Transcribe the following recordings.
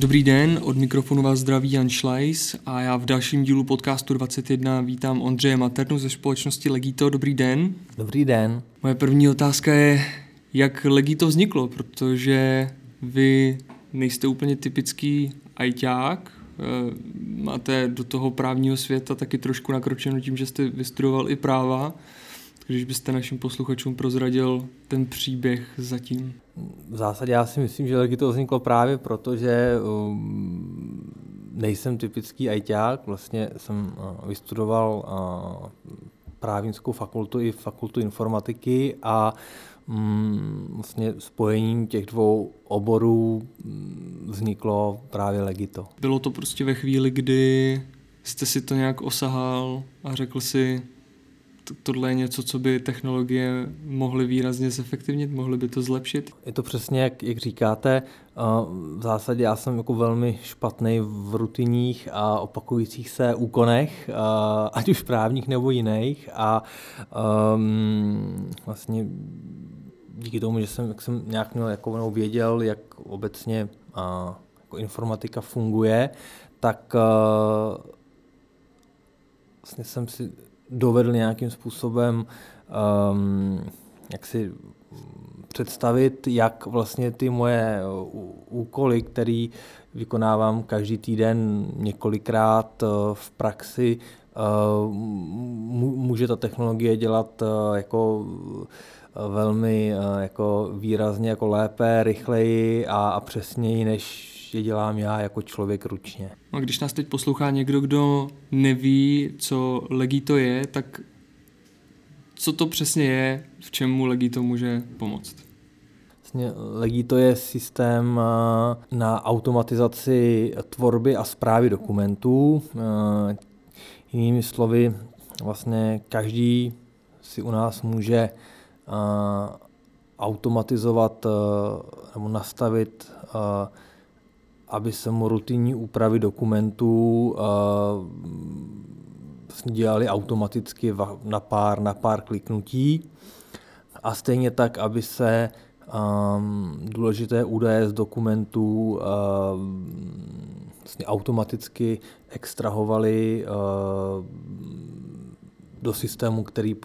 Dobrý den, od mikrofonu vás zdraví Jan Šlajs a já v dalším dílu podcastu 21 vítám Ondřeje Maternu ze společnosti Legito. Dobrý den. Dobrý den. Moje první otázka je, jak Legito vzniklo, protože vy nejste úplně typický ajťák, máte do toho právního světa taky trošku nakročeno tím, že jste vystudoval i práva. Když byste našim posluchačům prozradil ten příběh zatím. V zásadě já si myslím, že Legito vzniklo právě proto, že nejsem typický ajťák. Vlastně jsem vystudoval právnickou fakultu i fakultu informatiky a vlastně spojením těch dvou oborů vzniklo právě Legito. Bylo to prostě ve chvíli, kdy jste si to nějak osahal a řekl si, tohle je něco, co by technologie mohly výrazně zefektivnit, mohly by to zlepšit? Je to přesně, jak říkáte. V zásadě já jsem jako velmi špatný v rutinních a opakujících se úkonech, ať už právních nebo jiných. A vlastně díky tomu, že jsem nějak věděl, jak obecně jako informatika funguje, tak vlastně jsem si dovedl nějakým způsobem jak si představit, jak vlastně ty moje úkoly, které vykonávám každý týden několikrát v praxi, může ta technologie dělat jako velmi jako výrazně jako lépe, rychleji a přesněji, než je dělám já jako člověk ručně. A když nás teď poslouchá někdo, kdo neví, co Legito je, tak co to přesně je, v čemu Legito může pomoct? Vlastně Legito je systém na automatizaci tvorby a správy dokumentů. Jinými slovy, vlastně každý si u nás může automatizovat nebo nastavit, aby se mu rutinní úpravy dokumentů dělaly automaticky na pár kliknutí. A stejně tak, aby se důležité údaje z dokumentů automaticky extrahovaly do systému, který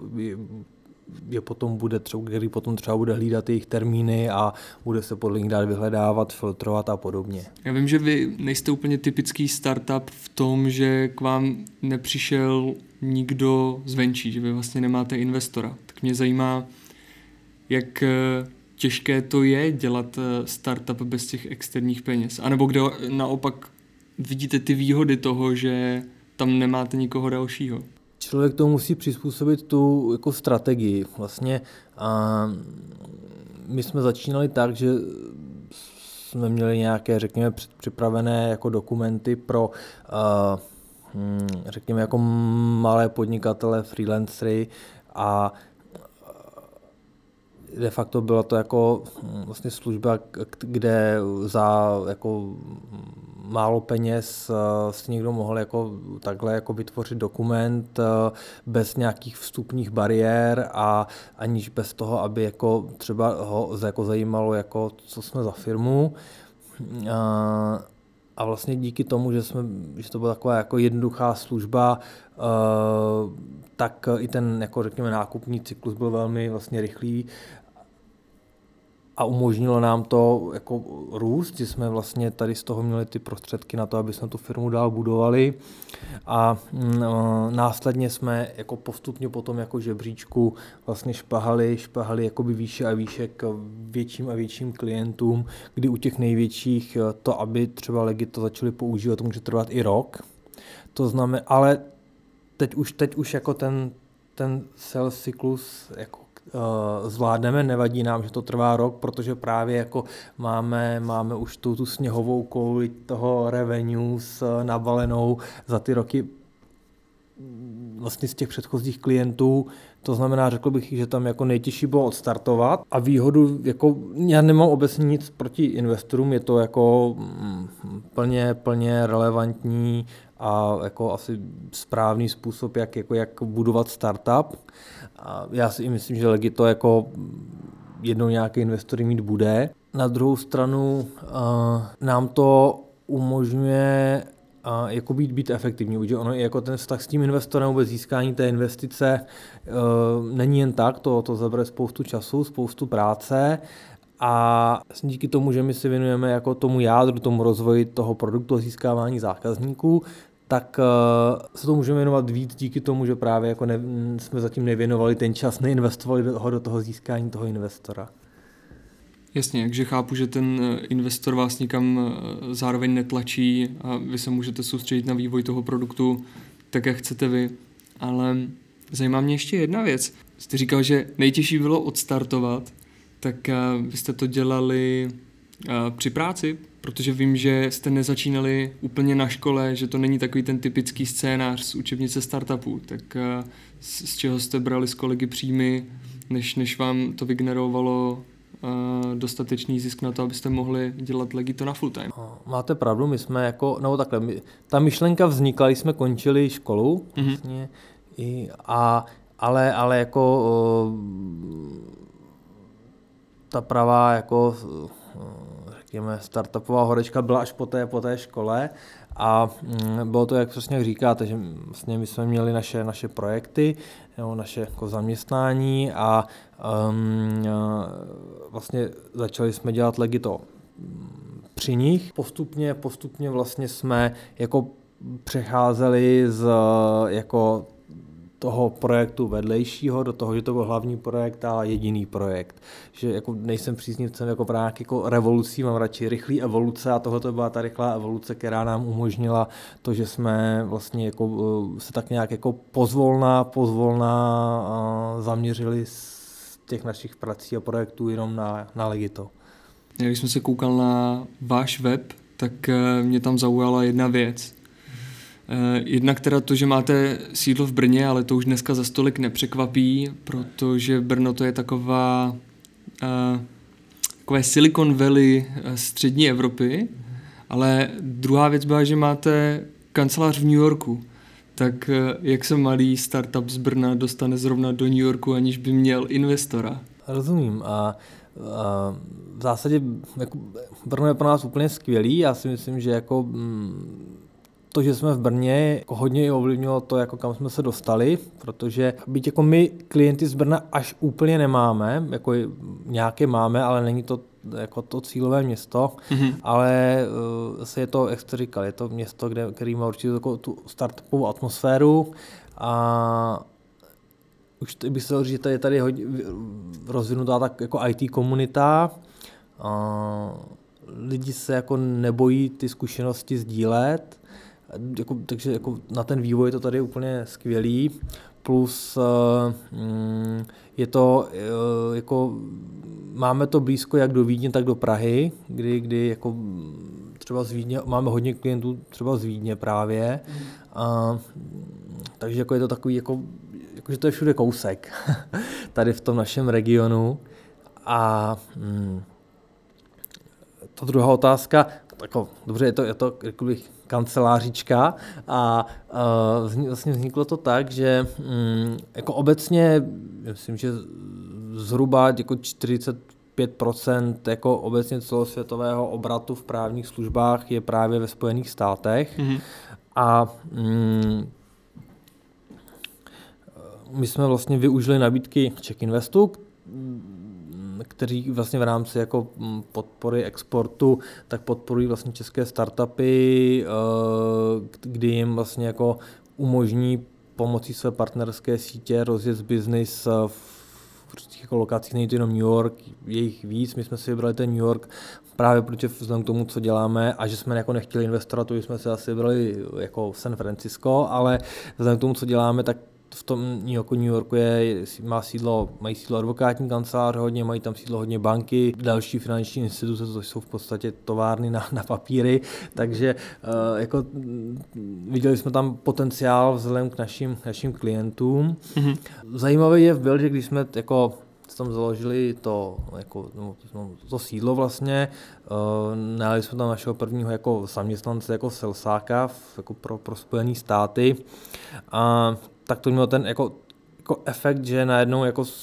potom třeba bude hlídat jejich termíny a bude se podle nich dát vyhledávat, filtrovat a podobně. Já vím, že vy nejste úplně typický startup v tom, že k vám nepřišel nikdo zvenčí, že vy vlastně nemáte investora. Tak mě zajímá, jak těžké to je dělat startup bez těch externích peněz. A nebo kde naopak vidíte ty výhody toho, že tam nemáte nikoho dalšího. Člověk to musí přizpůsobit tu jako strategii. Vlastně my jsme začínali tak, že jsme měli nějaké, řekněme, připravené jako dokumenty pro, řekněme, jako malé podnikatele, freelancery a de facto byla to jako vlastně služba, kde za jako málo peněz si někdo mohl jako takhle jako vytvořit dokument bez nějakých vstupních bariér a aniž bez toho, aby jako třeba ho jako zajímalo, jako co jsme za firmu. A vlastně díky tomu, že to byla taková jako jednoduchá služba, tak i ten jako řekněme nákupní cyklus byl velmi vlastně rychlý. A umožnilo nám to jako růst, že jsme vlastně tady z toho měli ty prostředky na to, aby jsme tu firmu dál budovali. A následně jsme jako postupně potom jako žebříčku vlastně špahali jakoby výše a výše k větším a větším klientům, kdy u těch největších to, aby třeba Legito začali používat, to může trvat i rok. To znamená, ale teď už jako ten sales cyklus jako zvládneme, nevadí nám, že to trvá rok, protože právě jako máme už tu sněhovou kouli toho revenue nabalenou za ty roky vlastně z těch předchozích klientů. To znamená, řekl bych, že tam jako nejtěžší bylo odstartovat a výhodu, jako já nemám obecně nic proti investorům, je to jako plně relevantní a jako asi správný způsob, jak budovat startup. A já si myslím, že Legito jako jednou nějaký investory mít bude. Na druhou stranu nám to umožňuje jako být efektivní, protože ono jako ten vztah s tím investorem, vůbec získání té investice není jen tak, to zabere spoustu času, spoustu práce a díky tomu, že my si věnujeme jako tomu jádru, tomu rozvoji toho produktu a získávání zákazníků, tak se to můžeme věnovat víc díky tomu, že právě jako jsme zatím nevěnovali ten čas, neinvestovali ho do toho získání toho investora. Jasně, takže chápu, že ten investor vás nikam zároveň netlačí a vy se můžete soustředit na vývoj toho produktu tak, jak chcete vy. Ale zajímá mě ještě jedna věc. Jste říkal, že nejtěžší bylo odstartovat, tak vy jste to dělali při práci, protože vím, že jste nezačínali úplně na škole, že to není takový ten typický scénář z učebnice startupů. Tak z čeho jste brali s kolegy příjmy, než vám to vygenerovalo dostatečný zisk na to, abyste mohli dělat Legito na full time? Máte pravdu, my jsme jako, nebo takhle, ta myšlenka vznikla, když jsme končili školu, vlastně, ale jako ta pravá jako řekněme startupová horečka byla až po té škole a bylo to, jak přesně říkáte, že vlastně my jsme měli naše projekty, nebo naše jako zaměstnání a vlastně začali jsme dělat Legito při nich. Postupně vlastně jsme jako přecházeli z jako toho projektu vedlejšího do toho, že to byl hlavní projekt a jediný projekt. Že jako nejsem příznivcem jako právě jako revolucí, mám radši rychlý evoluce a tohle byla ta rychlá evoluce, která nám umožnila to, že jsme vlastně jako se tak nějak jako pozvolna zaměřili z těch našich prací a projektů jenom na Legito. Když jsem se koukal na váš web, tak mě tam zaujala jedna věc. Jednak teda to, že máte sídlo v Brně, ale to už dneska za stolik nepřekvapí, protože Brno to je takové Silicon Valley střední Evropy, ale druhá věc byla, že máte kancelář v New Yorku. Tak jak se malý startup z Brna dostane zrovna do New Yorku, aniž by měl investora? Rozumím a v zásadě jako Brno je pro nás úplně skvělý. Já si myslím, že jako to, že jsme v Brně, jako hodně ovlivnilo to, jako kam jsme se dostali, protože byť jako my klienty z Brna až úplně nemáme, jako nějaké máme, ale není to jako to cílové město, ale zase je to, jak jste říkal, je to město, který má určitě tu startupovou atmosféru a už bych se říct, že je tady hodně rozvinutá tak jako IT komunita. Lidi se jako nebojí ty zkušenosti sdílet, takže jako na ten vývoj je to tady úplně skvělý. Plus je to jako máme to blízko jak do Vídně, tak do Prahy, kdy jako třeba z Vídně máme hodně klientů třeba z Vídně právě. Takže jako je to takový jako že to je všude kousek tady v tom našem regionu. A ta druhá otázka, jako, dobře, je to kancelářička a vlastně vzniklo to tak, že jako obecně, myslím, že zhruba jako 45% jako obecně celosvětového obratu v právních službách je právě ve Spojených státech. A my jsme vlastně využili nabídky Czech Investu, kteří vlastně v rámci jako podpory exportu tak podporují vlastně české startupy, kdy jim vlastně jako umožní pomocí své partnerské sítě rozjet biznis v různých lokacích, není to jenom New York, je jich víc, my jsme si vybrali ten New York právě protože vzhledem k tomu, co děláme a že jsme jako nechtěli investovat, to jsme si asi vybrali jako San Francisco, ale vzhledem k tomu, co děláme, tak v tom New Yorku mají sídlo advokátní kanceláře hodně, mají tam sídlo hodně banky, další finanční instituce, to jsou v podstatě továrny na papíry, takže jako viděli jsme tam potenciál vzhledem k našim klientům. Zajímavý je byl, že když jsme jako tam založili to sídlo vlastně, najali jsme tam našeho prvního jako zaměstnance, jako salesáka jako pro Spojené státy a tak to mělo ten jako efekt, že najednou jako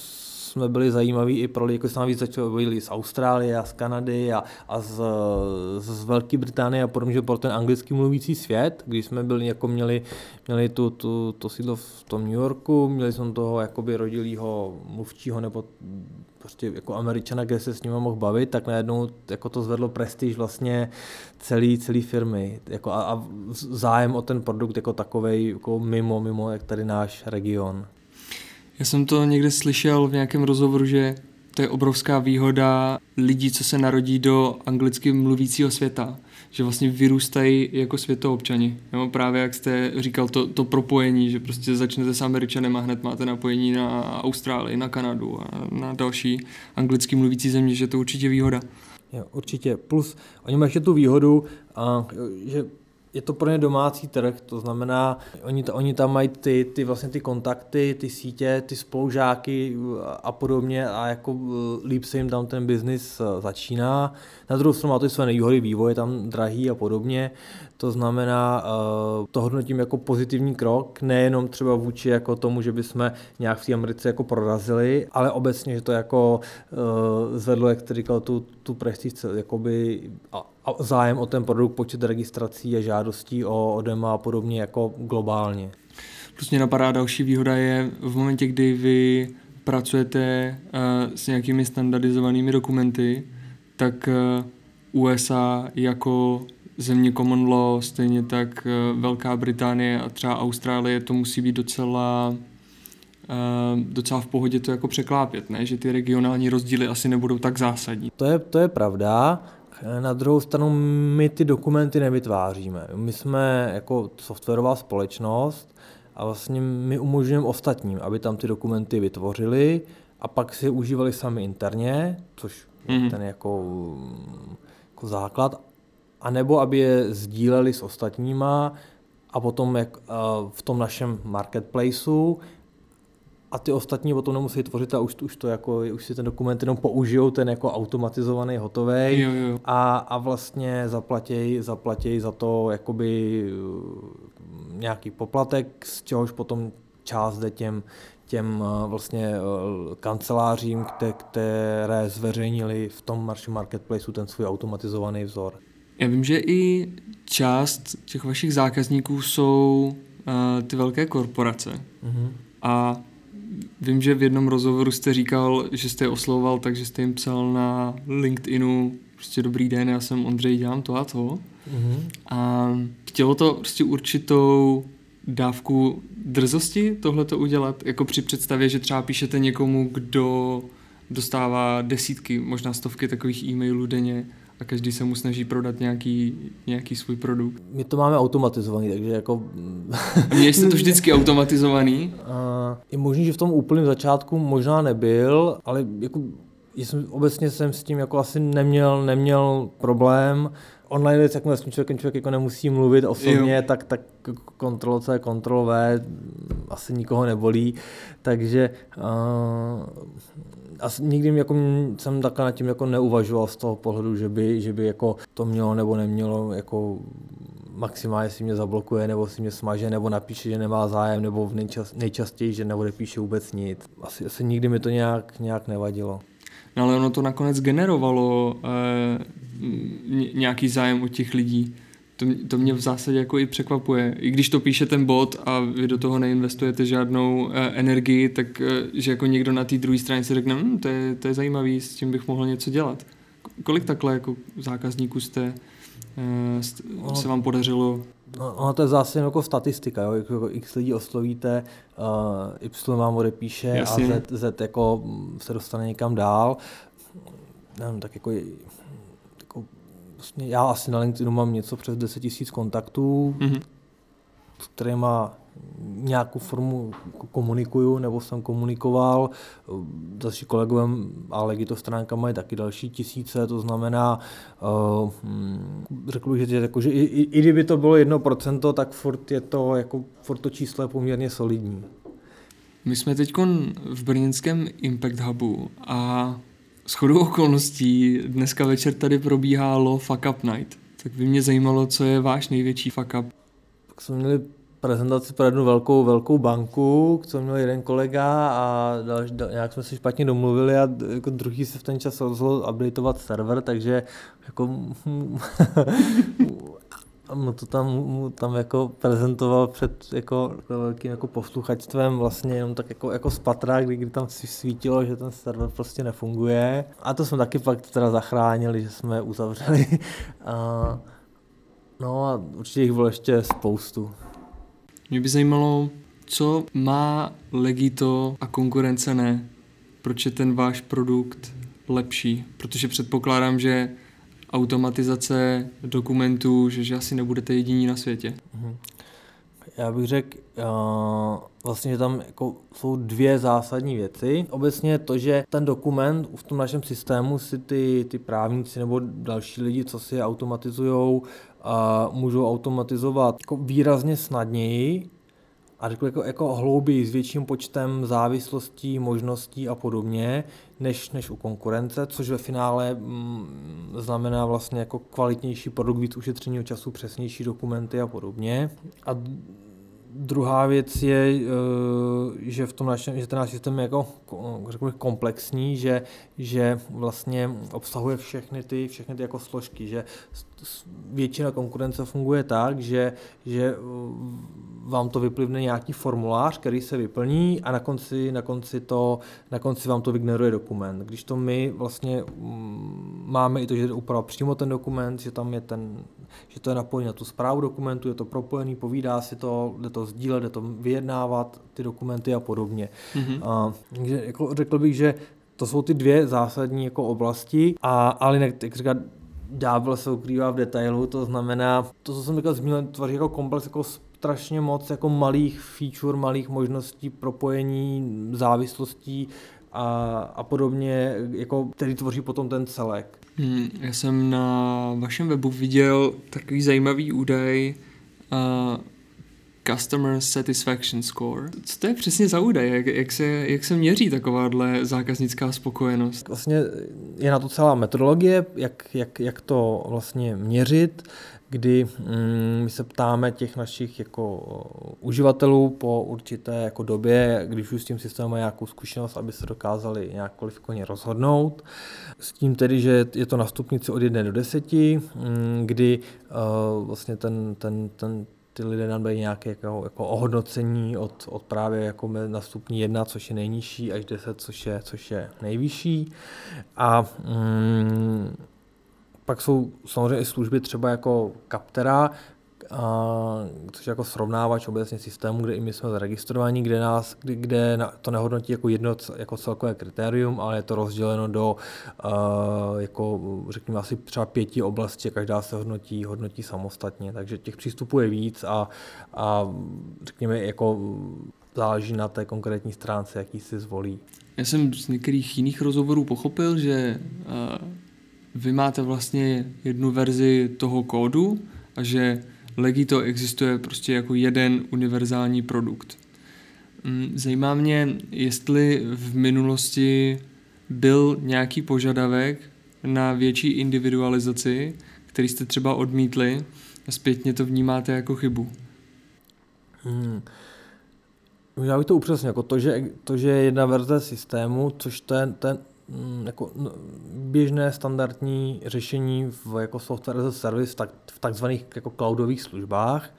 jsme byli zajímaví i pro lidi, jako jsme víc začali z Austrálie a z Kanady a z Velké Británie a podobně, pro ten anglicky mluvící svět, když jsme byli, jako měli to sídlo v tom New Yorku, měli jsme toho jakoby rodilýho mluvčího nebo prostě jako Američana, kde se s nimi mohl bavit, tak najednou jako to zvedlo prestiž vlastně celý firmy jako a zájem o ten produkt jako takovej jako mimo jak tady náš region. Já jsem to někde slyšel v nějakém rozhovoru, že to je obrovská výhoda lidí, co se narodí do anglicky mluvícího světa, že vlastně vyrůstají jako světoobčani. Nebo právě jak jste říkal, to propojení, že prostě začnete s Američanem a hned máte napojení na Austrálii, na Kanadu a na další anglicky mluvící země, že to je určitě výhoda. Jo, určitě. Plus oni mají ještě tu výhodu, že je to pro ně domácí trh, to znamená, oni tam mají ty vlastně ty kontakty, ty sítě, ty spolužáky a podobně a jako líp se jim tam ten biznis začíná. Na druhou stranu má to své nevýhody, vývoj je tam drahý a podobně. To znamená, to hodnotím jako pozitivní krok, nejenom třeba vůči jako tomu, že bychom nějak v té Americe jako prorazili, ale obecně, že to jako zvedlo, jak jste říkal, tu prestiž jakoby a zájem o ten produkt, počet registrací a žádostí o dema a podobně jako globálně. Plus mě napadá další výhoda je v momentě, kdy vy pracujete s nějakými standardizovanými dokumenty, tak USA jako země common law, stejně tak Velká Británie a třeba Austrálie, to musí být docela v pohodě to jako překlápět, ne? Že ty regionální rozdíly asi nebudou tak zásadní. To je pravda. Na druhou stranu my ty dokumenty nevytváříme. My jsme jako softwarová společnost a vlastně my umožňujeme ostatním, aby tam ty dokumenty vytvořili a pak si je užívali sami interně, což je ten jako základ, anebo aby je sdíleli s ostatníma a potom v tom našem marketplaceu a ty ostatní potom nemusí tvořit a už si ten dokument jenom použijou, ten jako automatizovaný, hotovej. Jo. A vlastně zaplatěj za to jakoby nějaký poplatek, z čehož potom část jde těm vlastně kancelářím, které zveřejnili v tom našem marketplaceu ten svůj automatizovaný vzor. Já vím, že i část těch vašich zákazníků jsou ty velké korporace. Mm-hmm. A vím, že v jednom rozhovoru jste říkal, že jste je oslovoval, takže jste jim psal na LinkedInu prostě dobrý den, já jsem Ondřej, dělám to a to. Mm-hmm. A chtělo to prostě určitou dávku drzosti tohleto udělat, jako při představě, že třeba píšete někomu, kdo dostává desítky, možná stovky takových e-mailů denně a každý se mu snaží prodat nějaký svůj produkt. My to máme automatizovaný, takže jako... Měli jste to vždycky automatizovaný? Je možný, že v tom úplném začátku možná nebyl, ale jako obecně jsem s tím jako asi neměl problém. Online věc, jakmile s tím člověk jako nemusí mluvit osobně, tak Ctrl-C, Ctrl-V asi nikoho nebolí, takže asi nikdy jako jsem takhle nad tím jako neuvažoval z toho pohledu, že by jako to mělo nebo nemělo jako maximálně si mě zablokuje, nebo si mě smaže, nebo napíše, že nemá zájem, nebo nejčastěji, že neodepíše vůbec nic. Asi nikdy mi to nějak nevadilo. No ale ono to nakonec generovalo nějaký zájem od těch lidí. To mě v zásadě jako i překvapuje. I když to píše ten bot a vy do toho neinvestujete žádnou energii, tak že jako někdo na té druhé straně si řekne, to je zajímavý, s tím bych mohl něco dělat. Kolik takhle jako zákazníků se vám podařilo? Ono to je zase jako statistika, jo? Jako x lidí oslovíte, Y vám odepíše. Jasně. A Z jako se dostane někam dál. Nevím, tak jako vlastně já asi na LinkedInu mám něco přes 10 000 kontaktů, s kterými nějakou formu komunikuju, nebo jsem komunikoval. Další kolegové a Legito stránka mají taky další tisíce, to znamená, řekl bych, že i kdyby to bylo 1%, tak furt to číslo je poměrně solidní. My jsme teď v brněnském Impact Hubu a shodou okolností dneska večer tady probíhá Fuck Up Night. Tak by mě zajímalo, co je váš největší fuck up. Tak jsme měli prezentaci pro jednu velkou banku, co měl jeden kolega a nějak jsme se špatně domluvili a jako druhý se v ten čas rozhodl updateovat server, takže jako mu to tam jako prezentoval před jako velkým jako posluchačstvem vlastně jenom tak jako z patra, kdy tam si svítilo, že ten server prostě nefunguje. A to jsme taky pak teda zachránili, že jsme uzavřeli. No a určitě jich bylo ještě spoustu. Mě by zajímalo, co má Legito a konkurence ne? Proč je ten váš produkt lepší? Protože předpokládám, že automatizace dokumentů, že asi nebudete jediní na světě. Já bych řekl, vlastně, že tam jako jsou dvě zásadní věci. Obecně to, že ten dokument v tom našem systému si ty právníci nebo další lidi, co si je automatizujou, můžou automatizovat jako výrazně snadněji a řekl jako hlouběji s větším počtem závislostí, možností a podobně, než u konkurence, což ve finále znamená vlastně jako kvalitnější produkt, víc ušetřeného času, přesnější dokumenty a podobně. A druhá věc je, že že ten náš systém je jako řekl komplexní, že vlastně obsahuje všechny ty jako složky, že většina konkurence funguje tak, že vám to vyplivne nějaký formulář, který se vyplní a na konci vám to vygeneruje dokument. Když to my vlastně máme i to, že je upravil přímo ten dokument, že tam je že to je napojené na tu správu dokumentu, je to propojený, povídá si to, jde to sdílet, jde to vyjednávat ty dokumenty a podobně. Takže jako řekl bych, že to jsou ty dvě zásadní jako oblasti, ale jinak, jak říká, ďábel se ukrývá v detailu, to znamená, to, co jsem říkal, zmínil, tvoří jako komplex jako strašně moc jako malých feature, malých možností propojení, závislostí a podobně, jako, který tvoří potom ten celek. Já jsem na vašem webu viděl takový zajímavý údaj Customer Satisfaction Score. Co to je přesně za údaj? Jak se měří takováhle zákaznická spokojenost? Vlastně je na to celá metodologie, jak to vlastně měřit, kdy my se ptáme těch našich jako uživatelů po určité jako době, když už s tím systémem mají nějakou zkušenost, aby se dokázali nějak kvalifikovaně rozhodnout. S tím tedy, že je to na stupnici od 1 do 10, kdy vlastně ty lidé nám dají nějaké jako ohodnocení od právě jako na stupni 1, což je nejnižší, až 10, což je nejvyšší. A pak jsou samozřejmě i služby třeba jako Captera, což je jako srovnávač obecně systému, kde i my jsme zaregistrovaní, kde to nehodnotí jako jedno jako celkové kritérium, ale je to rozděleno do jako řekněme asi třeba 5 oblastí, každá se hodnotí samostatně, takže těch přístupů je víc a řekněme jako záleží na té konkrétní stránce, jaký si zvolí. Já jsem z některých jiných rozhovorů pochopil, že vy máte vlastně jednu verzi toho kódu a že Legito existuje prostě jako jeden univerzální produkt. Zajímá mě, jestli v minulosti byl nějaký požadavek na větší individualizaci, který jste třeba odmítli a zpětně to vnímáte jako chybu. Já bych to upřesnil, jako to, že je jedna verze systému, což ten jako běžné standardní řešení jako software as a service v takzvaných jako cloudových službách,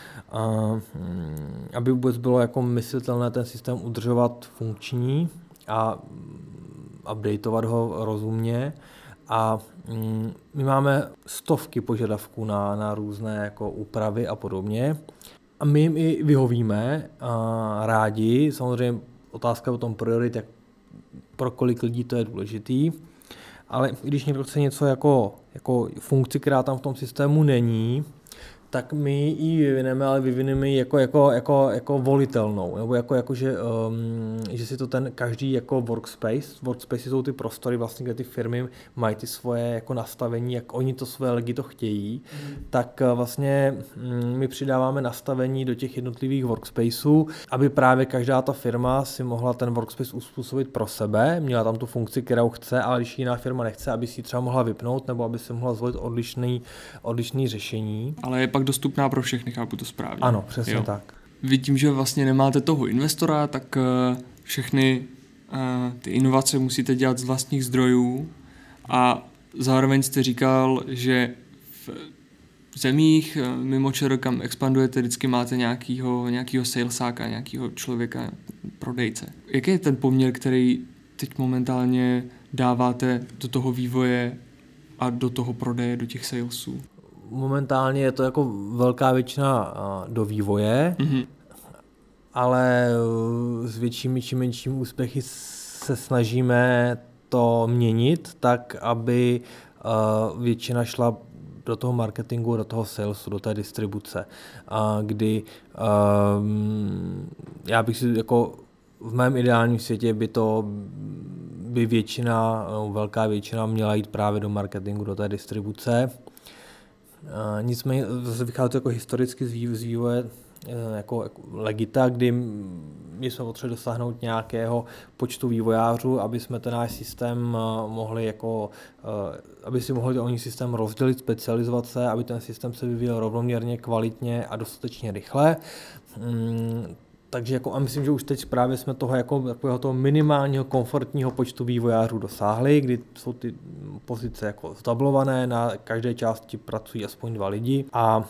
aby vůbec bylo jako myslitelné ten systém udržovat funkční a updateovat ho rozumně. A my máme stovky požadavků na různé jako úpravy a podobně. A my jim i vyhovíme rádi. Samozřejmě otázka o tom priorit, jak pro kolik lidí to je důležitý. Ale když někdo chce něco jako funkci, která tam v tom systému není, tak my ji vyvineme, ale vyvineme ji jako volitelnou, nebo že si to ten každý jako workspace jsou ty prostory vlastně, kde ty firmy mají ty svoje jako nastavení, jak oni to svoje lidi to chtějí, tak vlastně my přidáváme nastavení do těch jednotlivých workspaceů, aby právě každá ta firma si mohla ten workspace uspůsobit pro sebe, měla tam tu funkci, kterou chce, ale když jiná firma nechce, aby si ji třeba mohla vypnout, nebo aby si mohla zvolit odlišný řešení. Ale je pak dostupná pro všechny, chápu to správně. Ano, přesně tak. Vy tím, že vlastně nemáte toho investora, tak všechny ty inovace musíte dělat z vlastních zdrojů a zároveň jste říkal, že v zemích mimo ČR, kam expandujete, vždycky máte nějakýho salesáka, nějakýho člověka, prodejce. Jaký je ten poměr, který teď momentálně dáváte do toho vývoje a do toho prodeje, do těch salesů? Momentálně je to jako velká většina do vývoje, ale s většími či menšími úspěchy se snažíme to měnit tak, aby většina šla do toho marketingu, do toho salesu, do té distribuce, kdy já bych si jako v mém ideálním světě by většina, velká většina měla jít právě do marketingu, do té distribuce. Nicméně zase vychází to jako historicky z vývoje jako Legita, kdy my jsme potřebovali dosáhnout nějakého počtu vývojářů, aby jsme ten náš systém mohli aby si mohli oni systém rozdělit, specializovat se, aby ten systém se vyvíjel rovnoměrně, kvalitně a dostatečně rychle. Takže jako, a myslím, že už teď právě jsme takového toho minimálního komfortního počtu vývojářů dosáhli, kdy jsou ty pozice jako ztablované, na každé části pracují aspoň 2 lidi a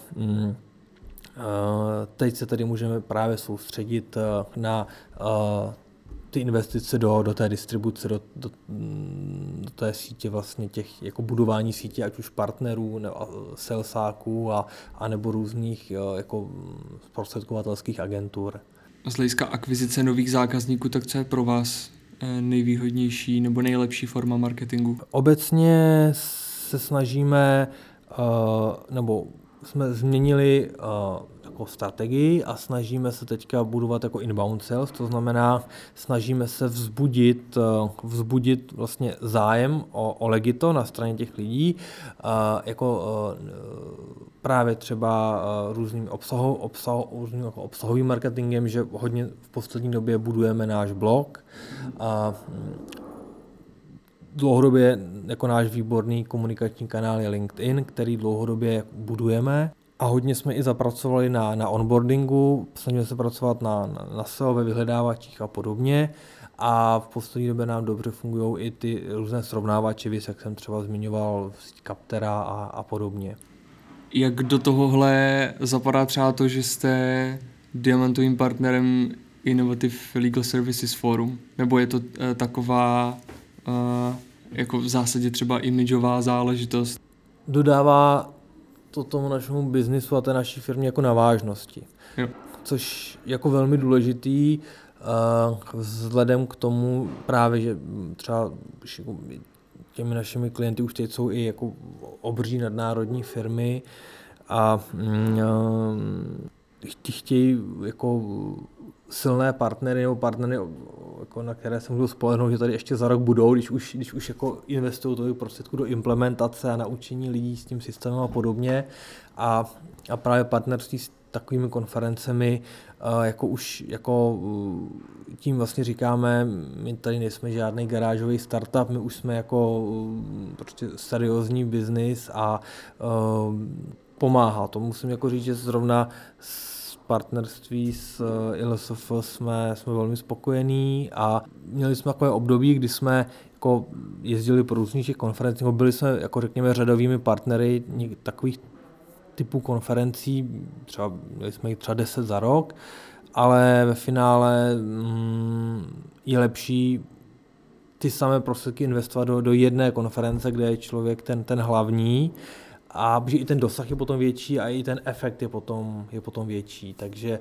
teď se tedy můžeme právě soustředit na ty investice do té distribuce, do té sítě vlastně těch jako budování sítě, ať už partnerů, salesáků a nebo různých jako zprostředkovatelských agentur. Z hlediska akvizice nových zákazníků, tak co je pro vás nejvýhodnější nebo nejlepší forma marketingu? Obecně se snažíme, nebo jsme změnili jako strategii a snažíme se teďka budovat jako inbound sales, to znamená, snažíme se vzbudit vlastně zájem o Legito na straně těch lidí, jako právě třeba různým obsahovým marketingem, že hodně v poslední době budujeme náš blog. Dlouhodobě jako náš výborný komunikační kanál je LinkedIn, který dlouhodobě budujeme. A hodně jsme i zapracovali na onboardingu, snažíme se pracovat na SEO ve vyhledávačích a podobně. A v poslední době nám dobře fungují i ty různé srovnávače, jak jsem třeba zmiňoval, Captera a podobně. Jak do tohohle zapadá třeba to, že jste diamantovým partnerem Innovative Legal Services Forum? Nebo je to taková jako v zásadě třeba imidžová záležitost? Dodává to tomu našemu biznisu a té naší firmě jako na vážnosti. Jo. Což jako velmi důležitý vzhledem k tomu právě, že třeba těmi našimi klienty už teď jsou i jako obří nadnárodní firmy a chtějí jako silné partnery nebo partnery, jako na které se můžou spolehnout, že tady ještě za rok budou, když už jako investují tolik prostředků do implementace a naučení lidí s tím systémem a podobně. A právě partnerství s takovými konferencemi, tím vlastně říkáme, my tady nejsme žádný garážový startup, my už jsme jako prostě seriózní biznis a pomáhá to. Musím jako říct, že zrovna partnerství s ILSF jsme velmi spokojení a měli jsme takové období, kdy jsme jako jezdili po různých konferencích, byli jsme jako řekněme řadovými partnery takových typů konferencí, měli jsme jich třeba 10 za rok, ale ve finále je lepší ty samé prostředky investovat do jedné konference, kde je člověk ten hlavní, a protože i ten dosah je potom větší a i ten efekt je potom větší, takže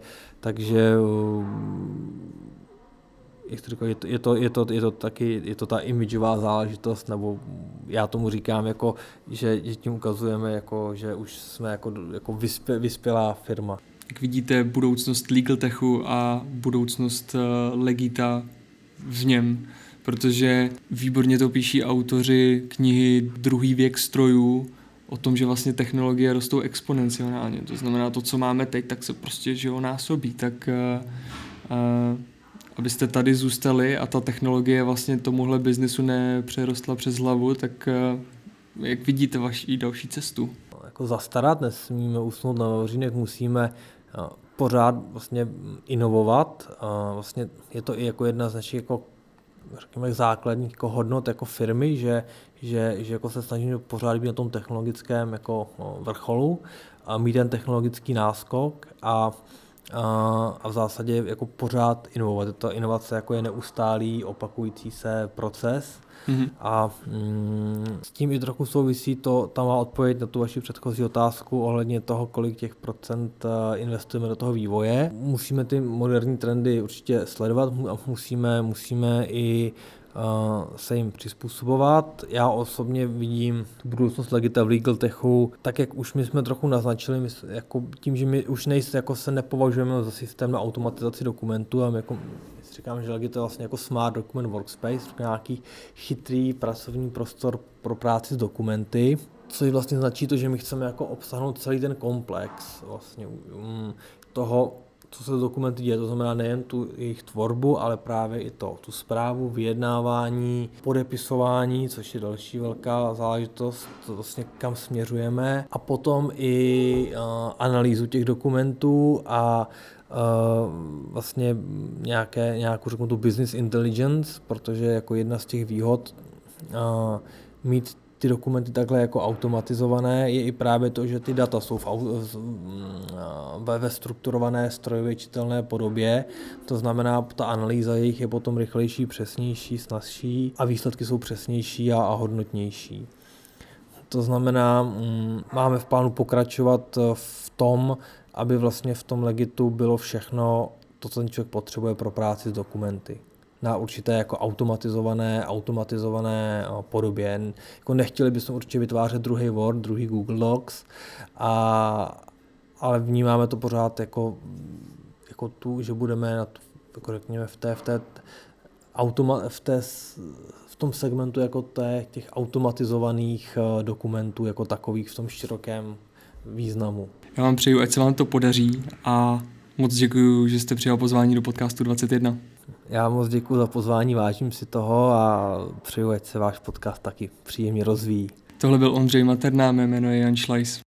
jak to říkal, je to ta imidžová záležitost, nebo já tomu říkám, jako, že tím ukazujeme, jako, že už jsme jako vyspělá firma. Jak vidíte budoucnost Legal Techu a budoucnost Legita v něm, protože výborně to píší autoři knihy Druhý věk strojů, o tom, že vlastně technologie rostou exponenciálně. To znamená, to, co máme teď, tak se prostě násobí. Tak abyste tady zůstali a ta technologie vlastně tomuhle biznesu nepřerostla přes hlavu, tak jak vidíte vaši další cestu? jako zastarat, nesmíme usnout na vavřínek, musíme pořád vlastně inovovat. Vlastně je to i jako jedna z našich jako, řekněme, základních jako hodnot jako firmy, že jako se snažíme pořád být na tom technologickém jako vrcholu a mít ten technologický náskok a v zásadě jako pořád inovovat. Ta inovace jako je neustálý, opakující se proces. A s tím i trochu souvisí ta má odpověď na tu vaši předchozí otázku ohledně toho, kolik těch procent investujeme do toho vývoje. Musíme ty moderní trendy určitě sledovat a musíme i se jim přizpůsobovat. Já osobně vidím budoucnost Legita v Legal Techu, tak jak už my jsme trochu naznačili, jako tím, že my už jako se nepovažujeme za systém na automatizaci dokumentů, a jako říkám, že Legit je vlastně jako smart document workspace, nějaký chytrý pracovní prostor pro práci s dokumenty, což vlastně značí to, že my chceme jako obsáhnout celý ten komplex vlastně toho, co se do dokumenty děje, to znamená nejen tu jejich tvorbu, ale právě i tu správu, vyjednávání, podepisování, což je další velká záležitost, to vlastně kam směřujeme, a potom i analýzu těch dokumentů a vlastně nějakou řeknu tu business intelligence, protože jako jedna z těch výhod mít ty dokumenty takhle jako automatizované je i právě to, že ty data jsou ve strukturované strojově čitelné podobě. To znamená, ta analýza jejich je potom rychlejší, přesnější, snazší a výsledky jsou přesnější a hodnotnější. To znamená, máme v plánu pokračovat v tom, aby vlastně v tom Legitu bylo všechno to, co ten člověk potřebuje pro práci s dokumenty. Na určité jako automatizované podobě. Jako nechtěli bychom určitě vytvářet druhý Word, druhý Google Docs, ale vnímáme to pořád jako že budeme jako řekněme v tom segmentu jako těch automatizovaných dokumentů jako takových v tom širokém významu. Já vám přeju, ať se vám to podaří, a moc děkuji, že jste přijal pozvání do podcastu 21. Já moc děkuji za pozvání, vážím si toho a přeju, ať se váš podcast taky příjemně rozvíjí. Tohle byl Ondřej Materna, mé jméno je Jan Šlajs.